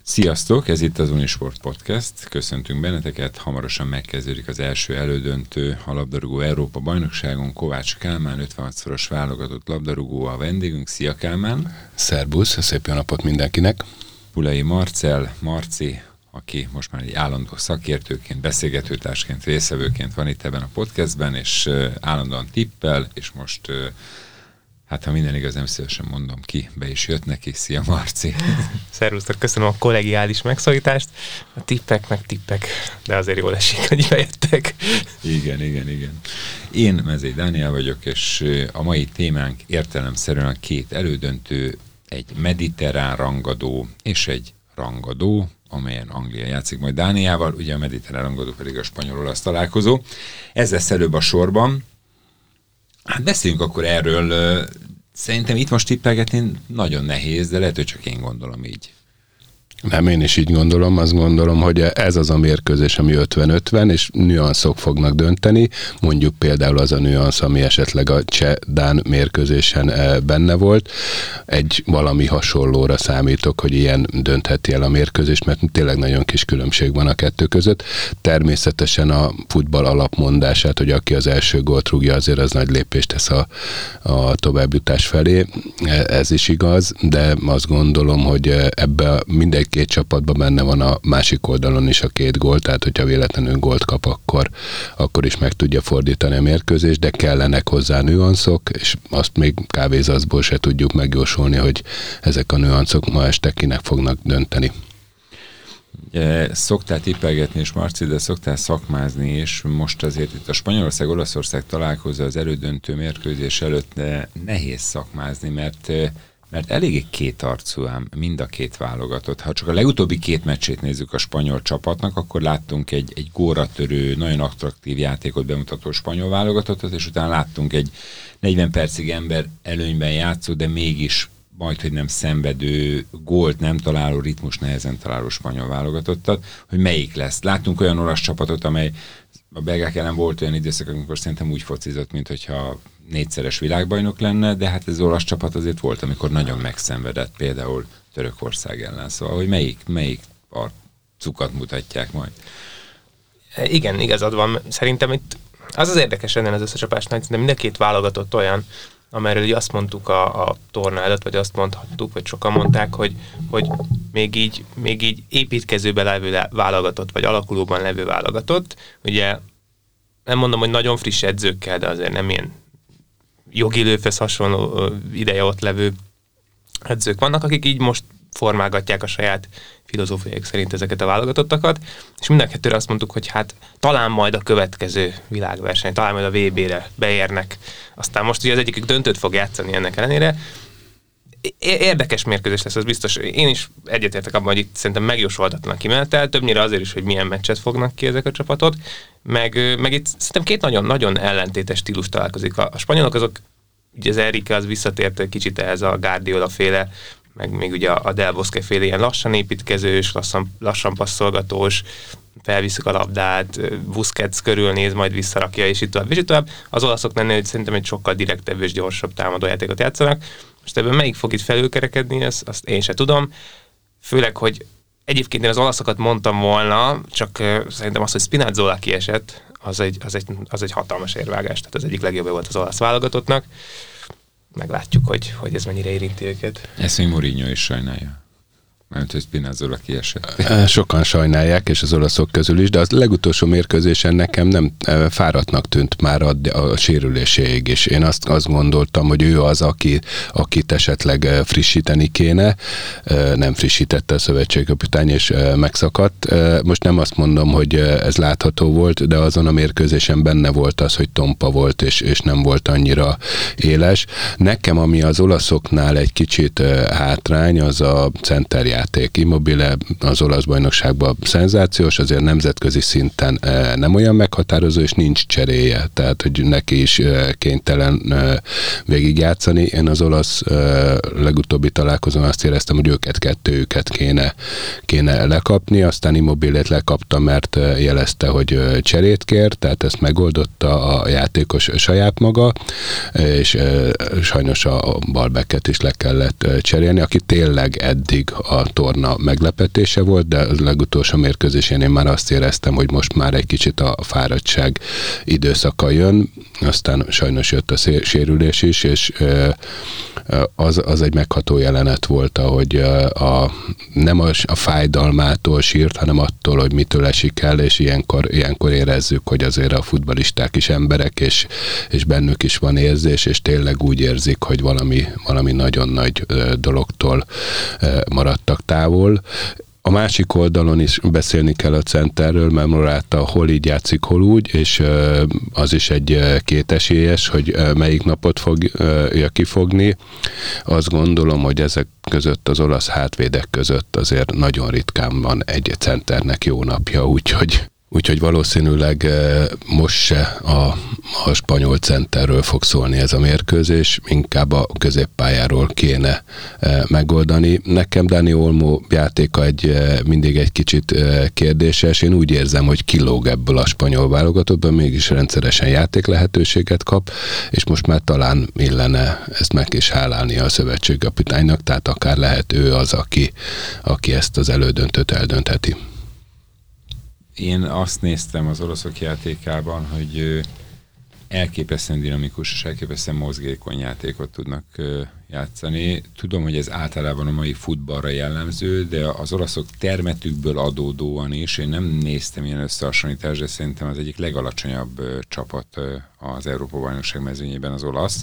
Sziasztok, ez itt az Unisport Podcast. Köszöntünk benneteket. Hamarosan megkezdődik az első elődöntő a labdarúgó Európa bajnokságon. Kovács Kálmán, 56-szoros válogatott labdarúgó a vendégünk. Szia Kálmán! Szerbusz, szép jó napot mindenkinek! Pulai Marci, aki most már egy állandó szakértőként, beszélgetőtársként, részevőként van itt ebben a podcastben, és állandóan tippel, és most, hát ha minden igaz, nem szívesen mondom ki, be is jött neki. Szia Marci! Szervusztok, köszönöm a kollegiális megszólítást. A tippek, de azért jól esik, hogy bejöttek. Igen. Én Mezei Dániel vagyok, és a mai témánk értelemszerűen a két elődöntő, egy mediterrán rangadó és egy rangadó, amelyen Anglia játszik majd Dániával, ugye a mediterrán rangadó pedig a spanyol-olasz találkozó. Ez lesz előbb a sorban. Hát beszéljünk akkor erről. Szerintem itt most tippelgetni nagyon nehéz, de lehet, hogy csak én gondolom így. Nem, én is így gondolom, azt gondolom, hogy ez az a mérkőzés, ami 50-50, és nüanszok fognak dönteni, mondjuk például az a nüansz, ami esetleg a cseh-dán mérkőzésen benne volt. Egy valami hasonlóra számítok, hogy ilyen döntheti el a mérkőzést, mert tényleg nagyon kis különbség van a kettő között. Természetesen a futball alapmondását, hogy aki az első gólt rúgja, azért az nagy lépést tesz a továbbjutás felé. Ez is igaz, de azt gondolom, hogy ebbe minden két csapatban benne van a másik oldalon is a két gól, tehát hogyha véletlenül gólt kap, akkor is meg tudja fordítani a mérkőzést, de kellenek hozzá nüanszok, és azt még kávézatból se tudjuk megjósolni, hogy ezek a nüanszok ma este kinek fognak dönteni. Szoktál tippelgetni és Marci, de szoktál szakmázni, és most azért itt a Spanyolország-Olaszország találkozó az elődöntő mérkőzés előtt nehéz szakmázni, mert eléggé kétarcú ám mind a két válogatott. Ha csak a legutóbbi két meccsét nézzük a spanyol csapatnak, akkor láttunk egy góra törő, nagyon attraktív játékot bemutató spanyol válogatottat, és utána láttunk egy 40 percig ember előnyben játszó, de mégis majdhogy nem szenvedő, gólt nem találó, ritmus nehezen találó spanyol válogatottat, hogy melyik lesz. Láttunk olyan olasz csapatot, amely a belgák ellen volt olyan időszak, amikor szerintem úgy focizott, mint hogyha 4-szeres világbajnok lenne, de hát ez olasz csapat azért volt, amikor nagyon megszenvedett, például Törökország ellen. Szóval, hogy melyik arcukat mutatják majd. Igen, igazad van. Szerintem itt az érdekes ennél az összecsapásnál, de mind a két válogatott olyan, amelyről ugye azt mondtuk a torna előtt, vagy azt mondhattuk, vagy sokan mondták, hogy még így építkezőben levő válogatott, vagy alakulóban levő válogatott. Ugye nem mondom, hogy nagyon friss edzőkkel, de azért nem ilyen Jogi Löwhez hasonló ideje ott levő edzők vannak, akik így most formálgatják a saját filozófiájuk szerint ezeket a válogatottakat, és mind a kettőre azt mondtuk, hogy hát talán majd a következő világverseny, talán majd a VB-re beérnek. Aztán most ugye az egyikük döntőt fog játszani ennek ellenére. Érdekes mérkőzés lesz, az biztos. Én is egyetértek abban, hogy itt szerintem megjósolhatatlan a kimenetel, többnyire azért is, hogy milyen meccset fognak ki ezek a csapatok, meg itt szerintem két nagyon-nagyon ellentétes stílus találkozik. A spanyolok azok, ugye az Enrique az visszatért kicsit ehhez a Guardiola féle, meg még ugye a Del Bosque féle ilyen lassan építkezős, lassan passzolgatós, felviszik a labdát, Busquets körülnéz, majd visszarakja, és itt tovább. Az olaszok lennél, hogy szerintem egy sokkal direktebb és gyorsabb támadójátékot játszanak. Most ebben melyik fog itt felülkerekedni, azt én se tudom. Főleg, hogy egyébként én az olaszokat mondtam volna, csak szerintem az, hogy Spinazzola kiesett, az egy hatalmas érvágás. Tehát az egyik legjobb volt az olasz válogatottnak. Meglátjuk, hogy ez mennyire érinti őket. Ezt még Mourinho is sajnálja. Mert hogy Spinazzola kiesett. Sokan sajnálják, és az olaszok közül is, de az legutolsó mérkőzésen nekem nem fáradtnak tűnt már a sérüléséig, és én azt gondoltam, hogy ő az, akit esetleg frissíteni kéne. Nem frissítette a szövetségkapitány, és megszakadt. Most nem azt mondom, hogy ez látható volt, de azon a mérkőzésen benne volt az, hogy tompa volt, és nem volt annyira éles. Nekem, ami az olaszoknál egy kicsit hátrány, az a centerjáték. Immobile az olasz bajnokságban szenzációs, azért nemzetközi szinten nem olyan meghatározó, és nincs cseréje, tehát hogy neki is kénytelen végigjátszani. Én az olasz legutóbbi találkozón azt éreztem, hogy kettőjüket kéne lekapni, aztán Immobilét lekapta, mert jelezte, hogy cserét kér, tehát ezt megoldotta a játékos saját maga, és sajnos a Balbecket is le kellett cserélni, aki tényleg eddig a a torna meglepetése volt, de az legutolsó mérkőzésén én már azt éreztem, hogy most már egy kicsit a fáradtság időszaka jön, aztán sajnos jött a sérülés is, és az egy megható jelenet volt, ahogy nem a fájdalmától sírt, hanem attól, hogy mitől esik el, és ilyenkor érezzük, hogy azért a futballisták is emberek, és bennük is van érzés, és tényleg úgy érzik, hogy valami nagyon nagy dologtól maradtak távol. A másik oldalon is beszélni kell a centerről, mert Morata hol így játszik, hol úgy, és az is egy kétesélyes, hogy melyik napot fogja kifogni. Azt gondolom, hogy ezek között, az olasz hátvédek között azért nagyon ritkán van egy centernek jó napja, úgyhogy valószínűleg most se a spanyol centerről fog szólni ez a mérkőzés, inkább a középpályáról kéne megoldani. Nekem Dani Olmo játéka mindig egy kicsit kérdéses. Én úgy érzem, hogy kilóg ebből a spanyol válogatottban, mégis rendszeresen játék lehetőséget kap, és most már talán illene ezt meg is hálálni a szövetségkapitánynak, tehát akár lehet ő az, aki ezt az elődöntőt eldöntheti. Én azt néztem az oroszok játékában, hogy elképesztően dinamikus és elképesztően mozgékony játékot tudnak játszani. Tudom, hogy ez általában a mai futballra jellemző, de az oroszok termetükből adódóan is, én nem néztem ilyen összehasonlítást, de szerintem az egyik legalacsonyabb csapat az Európa-bajnokság mezőnyében az olasz,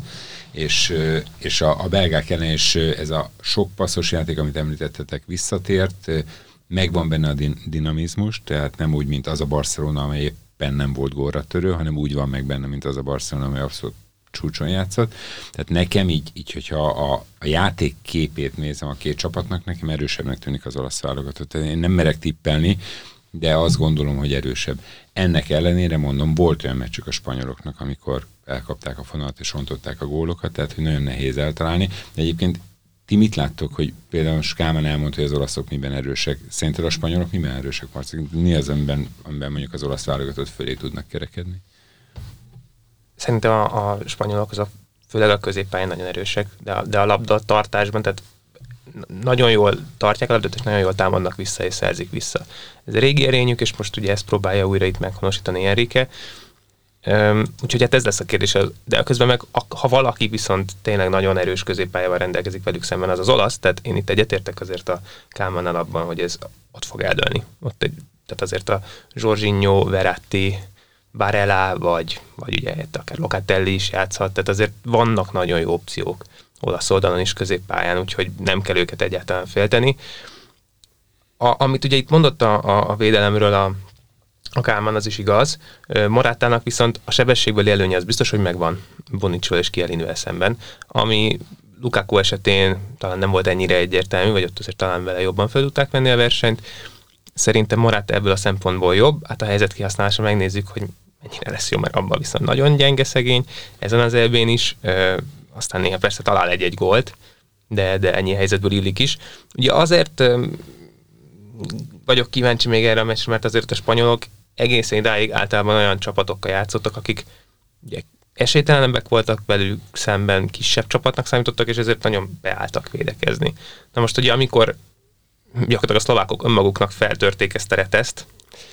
és a belgák ellen is ez a sok passzos játék, amit említettetek, visszatért, megvan benne a dinamizmus, tehát nem úgy, mint az a Barcelona, amely éppen nem volt gólra törő, hanem úgy van meg benne, mint az a Barcelona, amely abszolút csúcson játszott. Tehát nekem így hogyha a játék képét nézem a két csapatnak, nekem erősebbnek tűnik az olasz válogatott. Én nem merek tippelni, de azt gondolom, hogy erősebb. Ennek ellenére mondom, volt olyan meccsük a spanyoloknak, amikor elkapták a fonalat és rontották a gólokat, tehát hogy nagyon nehéz eltalálni. De egyébként ti mit láttok, hogy például Kálmán elmondta, hogy az olaszok miben erősek? Szerinted a spanyolok miben erősek, Marci? Mi az, amiben mondjuk az olasz válogatott fölé tudnak kerekedni? Szerintem a spanyolok főleg a középpályán nagyon erősek, de a labda tartásban, tehát nagyon jól tartják a labdát, és nagyon jól támadnak vissza, és szerzik vissza. Ez a régi erényük, és most ugye ezt próbálja újra itt meghonosítani Enrique. Úgyhogy hát ez lesz a kérdés, de közben meg ha valaki viszont tényleg nagyon erős középpályával rendelkezik velük szemben, az az olasz, tehát én itt egyetértek azért a Kálmánnal abban, hogy ez ott fog eldőlni. Tehát azért a Jorginho, Verratti, Barella, vagy ugye akár Locatelli is játszhat, tehát azért vannak nagyon jó opciók olasz oldalon is középpályán, úgyhogy nem kell őket egyáltalán félteni. Amit ugye itt mondott a védelemről a Kálmán, az is igaz. Moratának viszont a sebességbeli előnye az biztos, hogy megvan Bonuccival és Chiellinivel szemben, ami Lukaku esetén talán nem volt ennyire egyértelmű, vagy ott azért talán vele jobban fel tudták venni a versenyt. Szerintem Morata ebből a szempontból jobb. Hát a helyzet kihasználása megnézzük, hogy mennyire lesz jó, mert abban viszont nagyon gyenge szegény. Ezen az EB-n is, aztán néha persze talál egy gólt, de ennyi helyzetből illik is. Ugye azért vagyok kíváncsi még erre a meccsre, mert azért a spanyolok egészen idáig általában olyan csapatokkal játszottak, akik ugye esélytelenebbek voltak velük szemben, kisebb csapatnak számítottak, és ezért nagyon beálltak védekezni. Na most ugye amikor gyakorlatilag a szlovákok önmaguknak feltörték ezt a reteszt,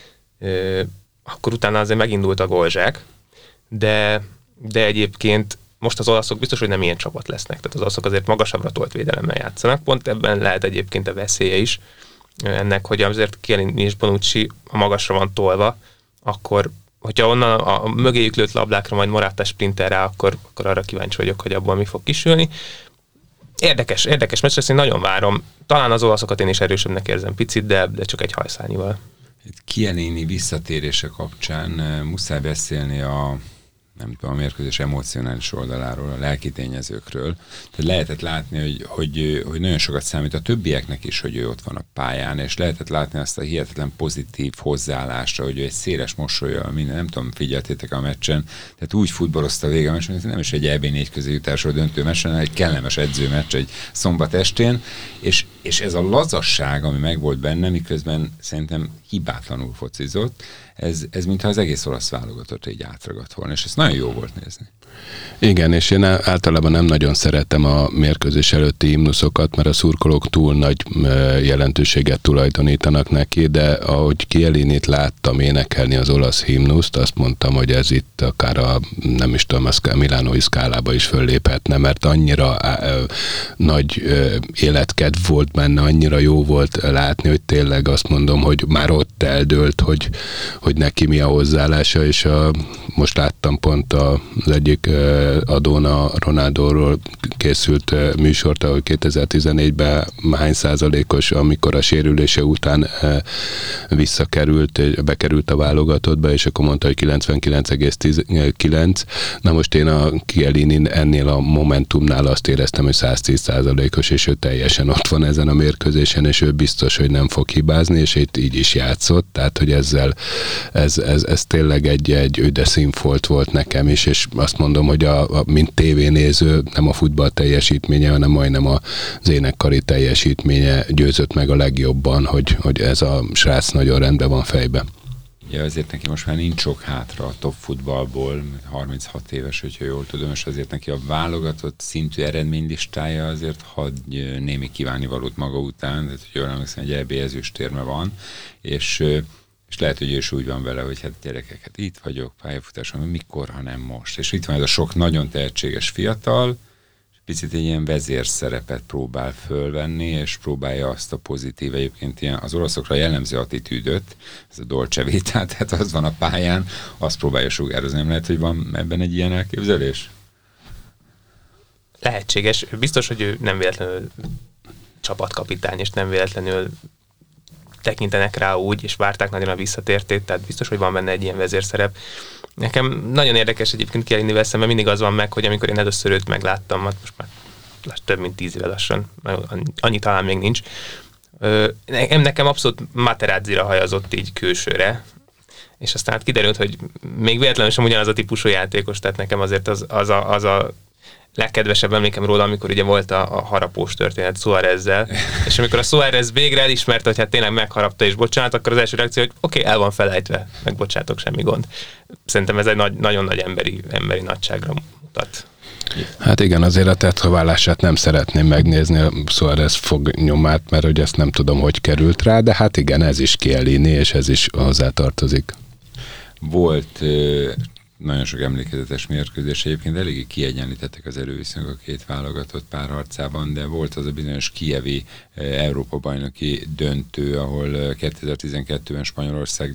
akkor utána azért megindult a gólzsák, de egyébként most az olaszok biztos, hogy nem ilyen csapat lesznek. Tehát az olaszok azért magasabbra tolt védelemmel játszanak. Pont ebben lehet egyébként a veszélye is ennek, hogy azért Chiellini és Bonucci a magasra van tolva, akkor, hogyha onnan a mögéjük lőtt labdákra majd Morata sprinter rá, akkor arra kíváncsi vagyok, hogy abból mi fog kisülni. Érdekes meccs lesz, én nagyon várom. Talán az olaszokat én is erősebbnek érzem picit, de csak egy hajszálnyival. Chiellini visszatérése kapcsán muszáj beszélni a mérkőzés emocionális oldaláról, a lelki tényezőkről. Tehát lehetett látni, hogy nagyon sokat számít a többieknek is, hogy ő ott van a pályán, és lehetett látni azt a hihetetlen pozitív hozzáállásra, hogy ő egy széles mosollyal, nem tudom, figyeltétek a meccsen, tehát úgy futballozta végig a meccsen, nem is egy EB4 közé jutásról döntő meccsen, hanem egy kellemes edzőmeccs egy szombat estén, és és ez a lazasság, ami megvolt benne, miközben szerintem hibátlanul focizott, ez mintha az egész olasz válogatott így átragadt volna, és ez nagyon jó volt nézni. Igen, és én általában nem nagyon szeretem a mérkőzés előtti himnuszokat, mert a szurkolók túl nagy jelentőséget tulajdonítanak neki, de ahogy Chiellinit láttam énekelni az olasz himnuszt, azt mondtam, hogy ez itt akár nem is tudom, a milánói szkálába is fölléphetne, mert annyira nagy életkedv volt benne, annyira jó volt látni, hogy tényleg azt mondom, hogy már ott eldőlt, hogy neki mi a hozzáállása, és most láttam pont az egyik adón a Ronaldóról készült műsort, ahol 2014-ben hány százalékos, amikor a sérülése után bekerült a válogatottba, és akkor mondta, hogy 99,9. Na most én a Chiellini ennél a Momentumnál azt éreztem, hogy 110%-os, és ő teljesen ott van ezen a mérkőzésen, és ő biztos, hogy nem fog hibázni, és itt így is játszott, tehát, hogy ezzel ez tényleg egy üde színfolt volt nekem is, és azt mondom, hogy mint tévénéző nem a futball teljesítménye, hanem majdnem az énekkari teljesítménye győzött meg a legjobban, hogy ez a srác nagyon rendben van fejben. Ja, azért neki most már nincs sok hátra a top futballból, 36 éves, hogyha jól tudom, és azért neki a válogatott szintű eredménylistája azért hagy némi kívánnivalót maga után, tehát hogy jól emlékszem, egy EB ezüstérme van, és lehet, hogy ő is úgy van vele, hogy hát gyerekek, hát itt vagyok, pályafutáson, mikor, ha nem most. És itt van ez a sok nagyon tehetséges fiatal, és picit egy ilyen vezérszerepet próbál fölvenni, és próbálja azt a pozitív, egyébként ilyen az olaszokra jellemző attitűdöt, ez a dolce vita, tehát az van a pályán, azt próbálja sugározni. Nem lehet, hogy van ebben egy ilyen elképzelés? Lehetséges. Biztos, hogy ő nem véletlenül csapatkapitány, és nem véletlenül tekintenek rá úgy, és várták nagyon a visszatértét, tehát biztos, hogy van benne egy ilyen vezérszerep. Nekem nagyon érdekes egyébként Chiellinivel szemben mindig az van meg, hogy amikor én először őt megláttam, most már több mint 10 éve lassan, annyi talán még nincs, nekem abszolút Materazzira hajazott így külsőre, és aztán hát kiderült, hogy még véletlenül sem ugyanaz a típusú játékos, tehát nekem azért az a legkedvesebb emlékem róla, amikor ugye volt a harapós történet Suárezzel, és amikor a Suárez végre elismerte, hogy hát tényleg megharapta és bocsánat, akkor az első reakció, hogy oké, el van felejtve, megbocsátok, semmi gond. Szerintem ez egy nagyon nagy emberi nagyságra mutat. Hát igen, azért a tetoválását nem szeretném megnézni a Suárez fognyomát, mert hogy ezt nem tudom, hogy került rá, de hát igen, ez is Chiellini, és ez is hozzátartozik. Volt nagyon sok emlékezetes mérkőzés, egyébként eléggé kiegyenlítettek az erőviszonyok a két válogatott párharcában, de volt az a bizonyos kijevi Európa-bajnoki döntő, ahol 2012-ben Spanyolország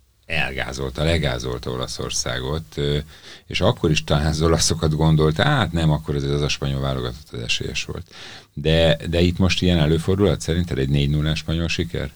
legázolta Olaszországot, és akkor is talán az olaszokat gondolt, hát nem, akkor az a spanyol válogatott az esélyes volt. De itt most ilyen előfordulhat szerinted egy 4-0-ás spanyol siker?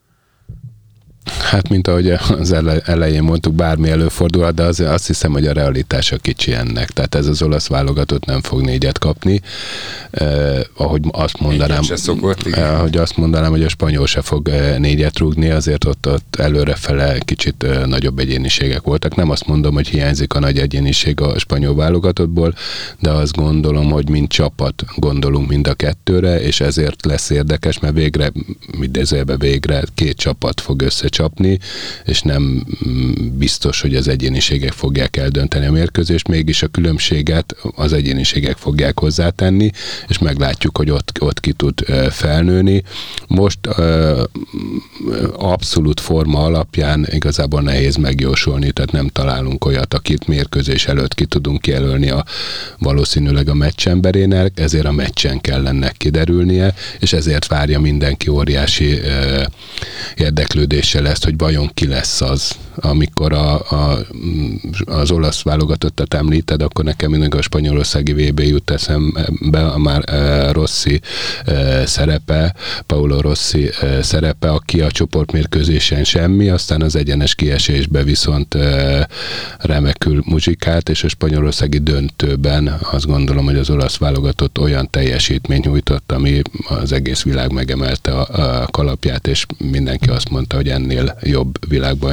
Hát, mint ahogy az elején mondtuk, bármi előfordulhat, de azt hiszem, hogy a realitása kicsi ennek. Tehát ez az olasz válogatott nem fog 4-et kapni. Ahogy azt mondanám, hogy a spanyol se fog 4-et rúgni, azért ott előrefele kicsit nagyobb egyéniségek voltak. Nem azt mondom, hogy hiányzik a nagy egyéniség a spanyol válogatottból, de azt gondolom, hogy mint csapat gondolunk mind a kettőre, és ezért lesz érdekes, mert végre két csapat fog összecsapni, és nem biztos, hogy az egyéniségek fogják eldönteni a mérkőzést, mégis a különbséget az egyéniségek fogják hozzátenni, és meglátjuk, hogy ott ki tud felnőni. Most abszolút forma alapján igazából nehéz megjósolni, tehát nem találunk olyat, akit mérkőzés előtt ki tudunk jelölni valószínűleg a meccsemberének, ezért a meccsen kell ennek kiderülnie, és ezért várja mindenki óriási érdeklődéssel ezt, hogy vajon ki lesz az. Amikor az olasz válogatottat említed, akkor nekem mindig a spanyolországi VB jut eszembe, a már Rossi szerepe, Paolo Rossi szerepe, aki a csoportmérkőzésen semmi, aztán az egyenes kiesésbe viszont remekül muzsikált, és a spanyolországi döntőben azt gondolom, hogy az olasz válogatott olyan teljesítményt nyújtott, ami az egész világ megemelte a kalapját, és mindenki azt mondta, hogy ennél jobb világbajnokot most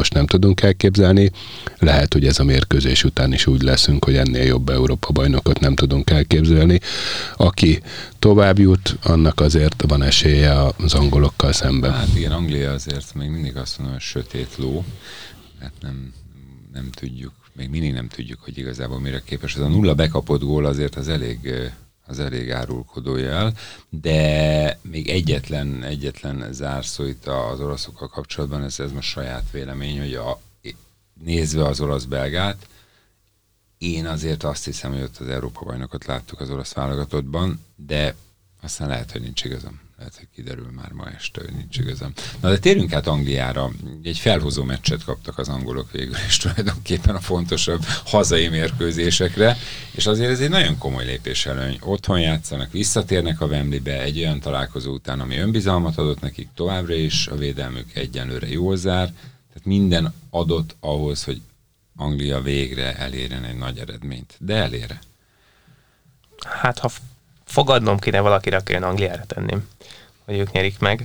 most nem tudunk elképzelni. Lehet, hogy ez a mérkőzés után is úgy leszünk, hogy ennél jobb Európa-bajnokot nem tudunk elképzelni. Aki tovább jut, annak azért van esélye az angolokkal szemben. Hát igen, Anglia azért még mindig azt mondom, hogy sötét ló, hát nem tudjuk, még mindig nem tudjuk, hogy igazából mire képes. Ez a 0 bekapott gól azért az elég árulkodó jel, de még egyetlen zárszó itt az oroszokkal kapcsolatban, ez most saját vélemény, hogy nézve az orosz-belgát, én azért azt hiszem, hogy ott az Európa-bajnokot láttuk az orosz válogatottban, de aztán lehet, hogy nincs igazam. Lehet, hogy kiderül már ma este, hogy nincs igazam. Na de térjünk át Angliára. Egy felhozó meccset kaptak az angolok végül, és tulajdonképpen a fontosabb hazai mérkőzésekre, és azért ez egy nagyon komoly lépéselőny. Otthon játszanak, visszatérnek a Wembleybe egy olyan találkozó után, ami önbizalmat adott nekik továbbra is, a védelmük egyenlőre jól zár, tehát minden adott ahhoz, hogy Anglia végre elérjen egy nagy eredményt. De elére. Hát, ha fogadnom kéne valakire, akkor én Angliára tenném, hogy ők nyerik meg.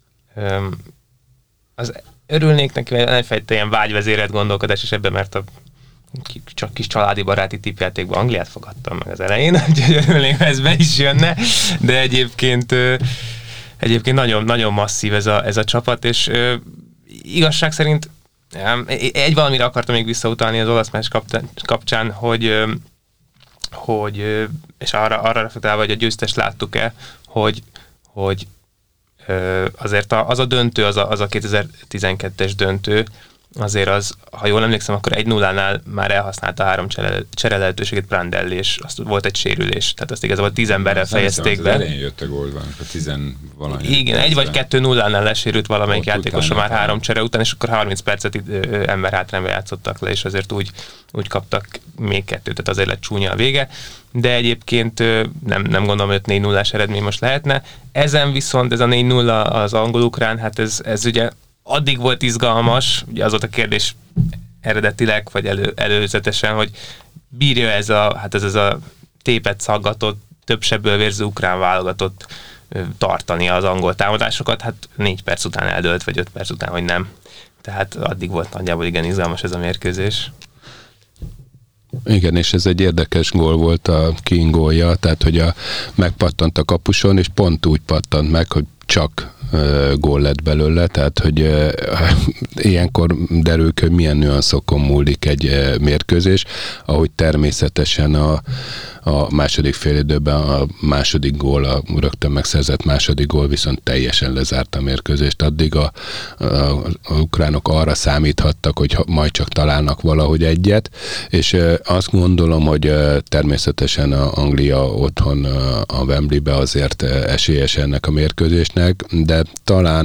Örülnék neki, mert egyfajta ilyen vágyvezérelt gondolkodás is ebben, mert csak kis családi baráti tippjátékban Angliát fogadtam meg az elején, úgyhogy örülnék, ha ez be is jönne, de egyébként nagyon, nagyon masszív ez a csapat, és igazság szerint egy valamire akartam még visszautalni az olasz meccs kapcsán, hogy és arra reflektálva, hogy a győztest láttuk-e, hogy azért az a döntő, az a 2012-es döntő, azért az, ha jól emlékszem, akkor 1-0-nál már elhasználta 3 csere lehetőséget Prandelli, és azt volt egy sérülés. Tehát azt igazából 10 emberrel fejezték be. Az elején jött a gólban, a 10-valahány. Igen, 1 vagy 2-0-nál lesérült valamelyik játékosa már 3 csere után, és akkor 30 percet ember hátrányba játszottak le, és azért úgy kaptak még 2, tehát azért lett csúnya a vége. De egyébként nem gondolom, hogy 4-0-ás eredmény most lehetne. Ezen viszont ez a 4-0 az angol-ukrán, hát ez ugye addig volt izgalmas, ugye az volt a kérdés eredetileg, vagy előzetesen, hogy bírja ez a tépet szaggatott, több sebből vérző ukrán válogatott tartani az angol támadásokat, hát 4 perc után eldőlt, vagy 5 perc után, hogy nem. Tehát addig volt nagyjából igen izgalmas ez a mérkőzés. Igen, és ez egy érdekes gól volt a King gólja, tehát hogy megpattant a kapuson, és pont úgy pattant meg, hogy csak gól lett belőle, tehát hogy ilyenkor derül ki, hogy milyen nüanszokon múlik egy mérkőzés, ahogy természetesen a második félidőben a második gól, a rögtön megszerzett második gól viszont teljesen lezárta a mérkőzést. Addig a ukránok arra számíthattak, hogy majd csak találnak valahogy egyet, és azt gondolom, hogy természetesen a Anglia otthon a Wembleybe azért esélyes ennek a mérkőzésnek, de talán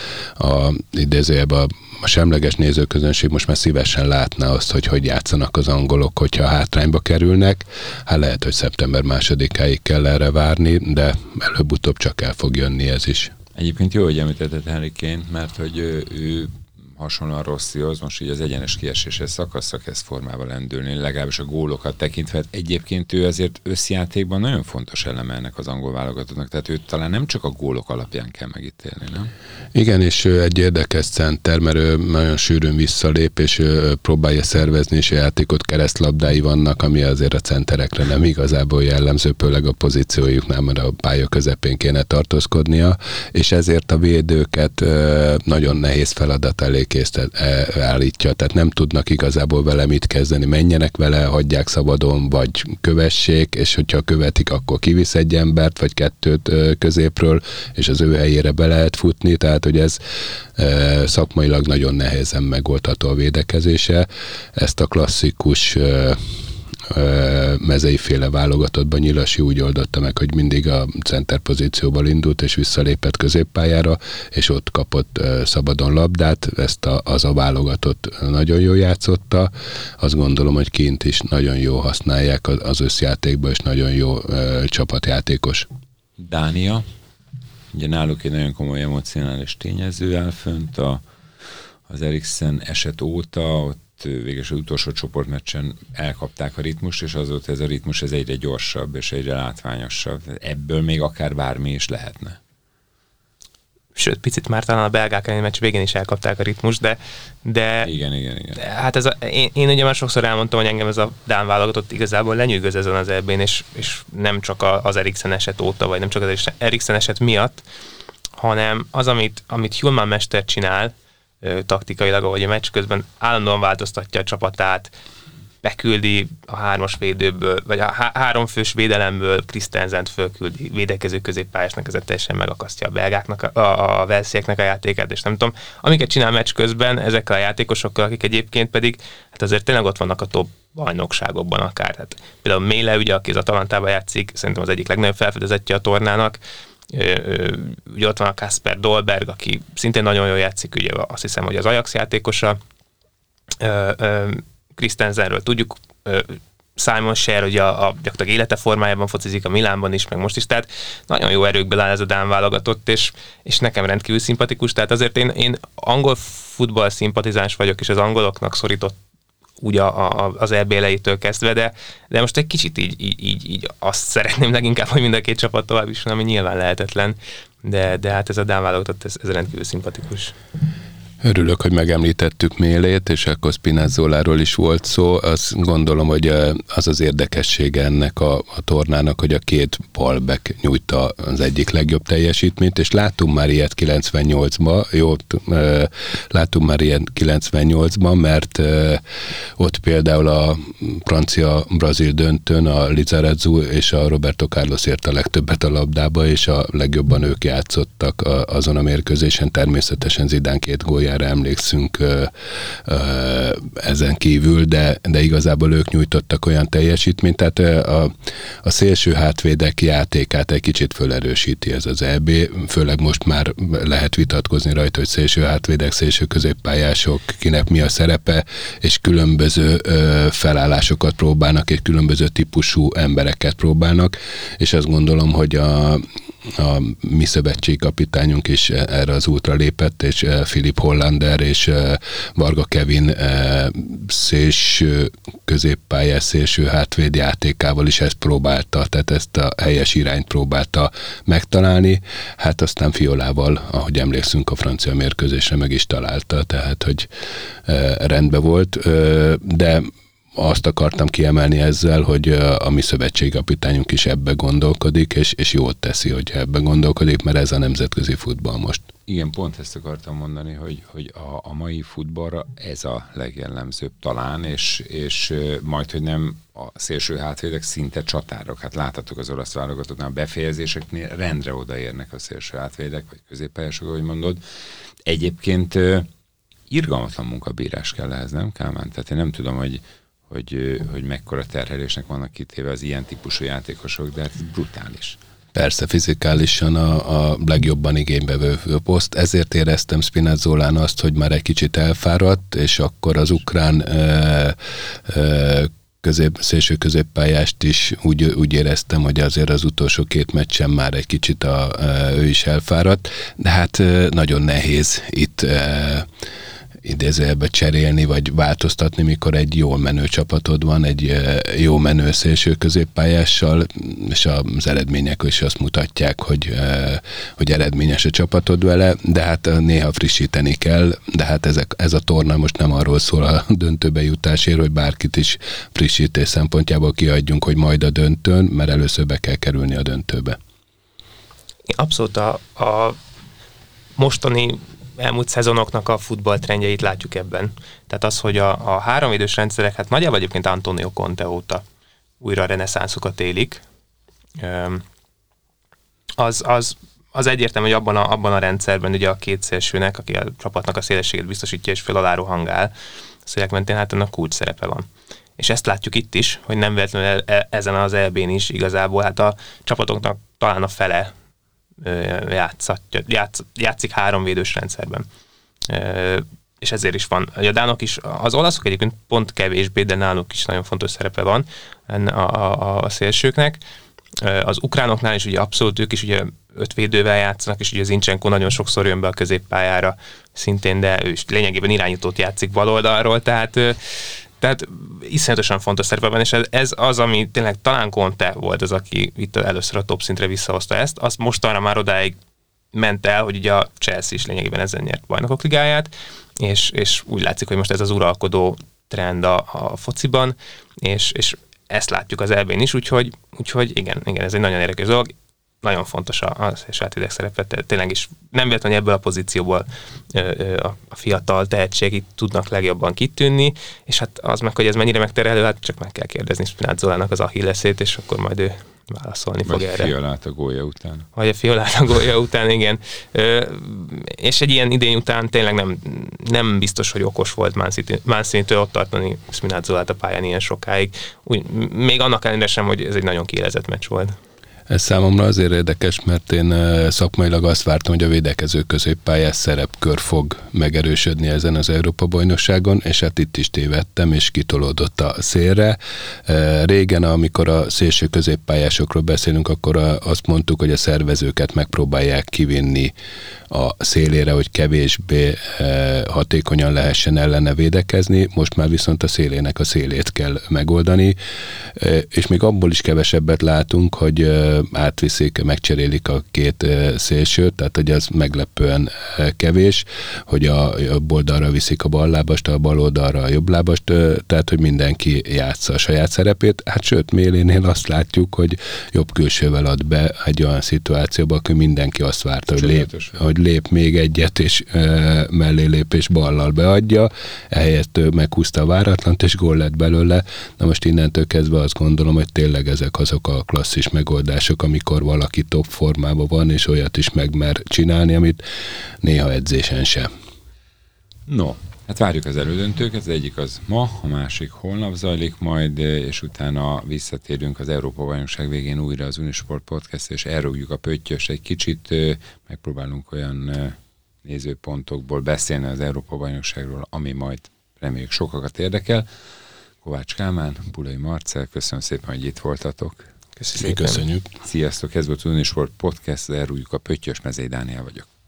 idézőjelben a semleges nézőközönség most már szívesen látná azt, hogy játszanak az angolok, hogyha hátrányba kerülnek. Hát lehet, hogy szeptember 2-áig kell erre várni, de előbb-utóbb csak el fog jönni ez is. Egyébként jó, hogy említetted Harry Kane-t, mert hogy ő hasonlóan Rossihoz most így az egyenes kieséshez szakaszra kezd formába lendülni, legalábbis a gólokat tekintve. Egyébként ő azért összjátékban nagyon fontos eleme ennek az angol válogatottnak, tehát őt talán nem csak a gólok alapján kell megítélni, nem? Igen, és ő egy érdekes center, mert ő nagyon sűrűn visszalép, és ő próbálja szervezni, és a játékot keresztlabdái vannak, ami azért a centerekre nem igazából jellemző, főleg a pozíciójuknál, mert a pálya közepén kéne tartózkodnia, és ezért a védőket nagyon nehéz feladat elé állítja, tehát nem tudnak igazából vele mit kezdeni, menjenek vele, hagyják szabadon, vagy kövessék, és hogyha követik, akkor kivisz egy embert, vagy 2 középről, és az ő helyére be lehet futni, tehát hogy ez szakmailag nagyon nehezen megoldható a védekezése. Ezt a klasszikus Mezei-féle válogatottban Nyilasi úgy oldotta meg, hogy mindig a center pozícióból indult, és visszalépett középpályára, és ott kapott szabadon labdát, ezt az a válogatott nagyon jól játszotta. Azt gondolom, hogy kint is nagyon jól használják az összjátékban, és nagyon jó csapatjátékos. Dánia, ugye náluk egy nagyon komoly emocionális tényező áll fönt, az Eriksen eset óta, ott végül az utolsó csoportmeccsen elkapták a ritmust, és azóta ez a ritmus ez egyre gyorsabb, és egyre látványosabb. Ebből még akár bármi is lehetne. sőt, picit már talán a belgák elleni meccs végén is elkapták a ritmust, de igen. De hát én ugye már sokszor elmondtam, hogy engem ez a dán válogatott igazából lenyűgöz ezen az EB-n, és nem csak az Eriksen eset óta, vagy nem csak az Eriksen eset miatt, hanem az, amit Hjulmand mester csinál taktikailag, ahogy a meccs közben állandóan változtatja a csapatát, beküldi a 3-as védőből, vagy a 3 fős védelemből Christensent fölküldi védekező középpályásnak, ez teljesen megakasztja a belgáknak, a velszieknek a játékát, és nem tudom, amiket csinál meccs közben ezekkel a játékosokkal, akik egyébként pedig, hát azért tényleg ott vannak a top bajnokságokban akár. Hát például Méle, ugye, aki az Atalantában játszik, szerintem az egyik legnagyobb felfedezettje a tornának, ugye ott van a Kasper Dolberg, aki szintén nagyon jól játszik, ugye azt hiszem, hogy az Ajax játékosa, Christensenről tudjuk, Simon Scher ugye a gyakorlatilag élete formájában focizik a Milánban is, meg most is, tehát nagyon jó erőkből áll ez a dán válogatott, és nekem rendkívül szimpatikus, tehát azért én angol futball szimpatizáns vagyok, és az angoloknak szorított úgy az EB elejétől kezdve, de most egy kicsit így azt szeretném leginkább, hogy mind a két csapat tovább is, ami nyilván lehetetlen, de hát ez a dán válogatott, ez rendkívül szimpatikus. Örülök, hogy megemlítettük Mélét, és akkor Spinazzoláról is volt szó. Azt gondolom, hogy az az érdekessége ennek a tornának, hogy a két balback nyújta az egyik legjobb teljesítményt, és láttunk már ilyet 98-ban, mert ott például a francia-brazil döntőn a Lizarazu és a Roberto Carlos ért a legtöbbet a labdába, és a legjobban ők játszottak azon a mérkőzésen, természetesen Zidane 2 góljára emlékszünk ezen kívül, de igazából ők nyújtottak olyan teljesítményt, tehát a szélső hátvédek játékát egy kicsit fölerősíti ez az EB, főleg most már lehet vitatkozni rajta, hogy szélső hátvédek, szélső középpályások, kinek mi a szerepe, és különböző felállásokat próbálnak, és különböző típusú embereket próbálnak, és azt gondolom, hogy a mi szövetségkapitányunk is erre az útra lépett, és Philipp Hollander és Varga Kevin szélső középpályás, szélső hátvéd játékával is ezt próbálta, tehát ezt a helyes irányt próbálta megtalálni, hát aztán Fiolával, ahogy emlékszünk a francia mérkőzésre, meg is találta, tehát hogy rendben volt, de azt akartam kiemelni ezzel, hogy a mi szövetségkapitányunk is ebbe gondolkodik, és jót teszi, hogy ebbe gondolkodik, mert ez a nemzetközi futball most. Igen, pont ezt akartam mondani, hogy a mai futballra ez a legjellemzőbb talán, és majd, hogy nem a szélső hátvédek szinte csatárok. Hát láthatok az olasz válogatottnál a befejezéseknél rendre odaérnek a szélső hátvédek, vagy középpályások, ahogy mondod. Egyébként irgalmatlan munkabírás kell ehhez, nem Kálmán? Tehát én nem tudom, hogy mekkora terhelésnek vannak kitéve az ilyen típusú játékosok, de hát ez brutális. Persze, fizikálisan a legjobban igénybevő poszt, ezért éreztem Spinazzolán azt, hogy már egy kicsit elfáradt, és akkor az ukrán szélső középpályást is úgy éreztem, hogy azért az utolsó 2 meccsen már egy kicsit ő is elfáradt, de hát nagyon nehéz itt idézőjelbe cserélni, vagy változtatni, mikor egy jól menő csapatod van, egy jó menő szélső középpályással, és az eredmények is azt mutatják, hogy eredményes a csapatod vele, de hát néha frissíteni kell, de hát ez a torna most nem arról szól a döntőbe jutásért, hogy bárkit is frissítés szempontjából kiadjunk, hogy majd a döntőn, mert először be kell kerülni a döntőbe. Abszolút a mostani elmúlt szezonoknak a futballtrendjeit látjuk ebben. Tehát az, hogy a háromvédős rendszerek, hát nagyjából egyébként Antonio Conte óta újra reneszánszukat élik. Az egyértelmű, hogy abban a rendszerben ugye a két szélsőnek, aki a csapatnak a szélességet biztosítja és föl alá rohangál, a szélek mentén hát ennek kulcs szerepe van. És ezt látjuk itt is, hogy nem véletlenül ezen az EB-n is igazából, hát a csapatoknak talán a fele játszik háromvédős rendszerben. És ezért is van. A dánok is, az olaszok egyébként pont kevésbé, de náluk is nagyon fontos szerepe van a szélsőknek. Az ukránoknál is ugye abszolút ők is ugye 5 védővel játszanak, és ugye Zinchenko nagyon sokszor jön be a középpályára szintén, de ő is lényegében irányítót játszik baloldalról, tehát iszonyatosan fontos szerepe van, és ez az, ami tényleg talán Conte volt az, aki itt először a top szintre visszahozta ezt, azt mostanra már odáig ment el, hogy ugye a Chelsea is lényegében ezzel nyert Bajnokok Ligáját, és úgy látszik, hogy most ez az uralkodó trend a fociban, és ezt látjuk az EB-n is, úgyhogy igen, ez egy nagyon érdekes dolog. Nagyon fontos a hátvédek szerepe, tényleg is nem véletlenül ebből a pozícióból a fiatal tehetségek tudnak legjobban kitűnni, és hát az meg, hogy ez mennyire megterhelő, hát csak meg kell kérdezni Spinazzolának az Achilleszét, és akkor majd ő válaszolni fog erre. Vagy Fiolát a gólya után. Vagy a Fiolát a gólya után, igen. És egy ilyen idény után tényleg nem biztos, hogy okos volt Man City-től ott tartani Spinazzolát a pályán ilyen sokáig. Még annak ellenére sem, hogy ez egy nagyon kiélezett meccs volt. Ez számomra azért érdekes, mert én szakmailag azt vártam, hogy a védekező középpályás szerepkör fog megerősödni ezen az Európa-bajnokságon, és hát itt is tévedtem, és kitolódott a szélre. Régen, amikor a szélső középpályásokról beszélünk, akkor azt mondtuk, hogy a szervezőket megpróbálják kivinni a szélére, hogy kevésbé hatékonyan lehessen ellene védekezni, most már viszont a szélének a szélét kell megoldani, és még abból is kevesebbet látunk, hogy átviszik, megcserélik a két szélsőt, tehát hogy az meglepően kevés, hogy a jobb oldalra viszik a ballábast, a bal oldalra a jobblábast, tehát hogy mindenki játsza a saját szerepét. Hát sőt, Mélénél azt látjuk, hogy jobb külsővel ad be egy olyan szituációba, akkor mindenki azt várta, hogy lép még egyet, és mellé lép, és ballal beadja, ehelyett meghúzta a váratlant, és gól lett belőle. Na most innentől kezdve azt gondolom, hogy tényleg ezek azok a klasszis megoldások, amikor valaki top formában van, és olyat is megmer csinálni, amit néha edzésen sem. No, hát várjuk az elődöntőket, az egyik az ma, a másik holnap zajlik majd, és utána visszatérünk az Európa-bajnokság végén újra az Unisport Podcast, és elrúgjuk a pöttyös egy kicsit, megpróbálunk olyan nézőpontokból beszélni az Európa-bajnokságról, ami majd reméljük sokakat érdekel. Kovács Kálmán, Bulai Marcell, köszönöm szépen, hogy itt voltatok. Köszönjük. Sziasztok, ez volt az Unisport Podcast, elrúgjuk a pöttyös, Mezei Dániel vagyok.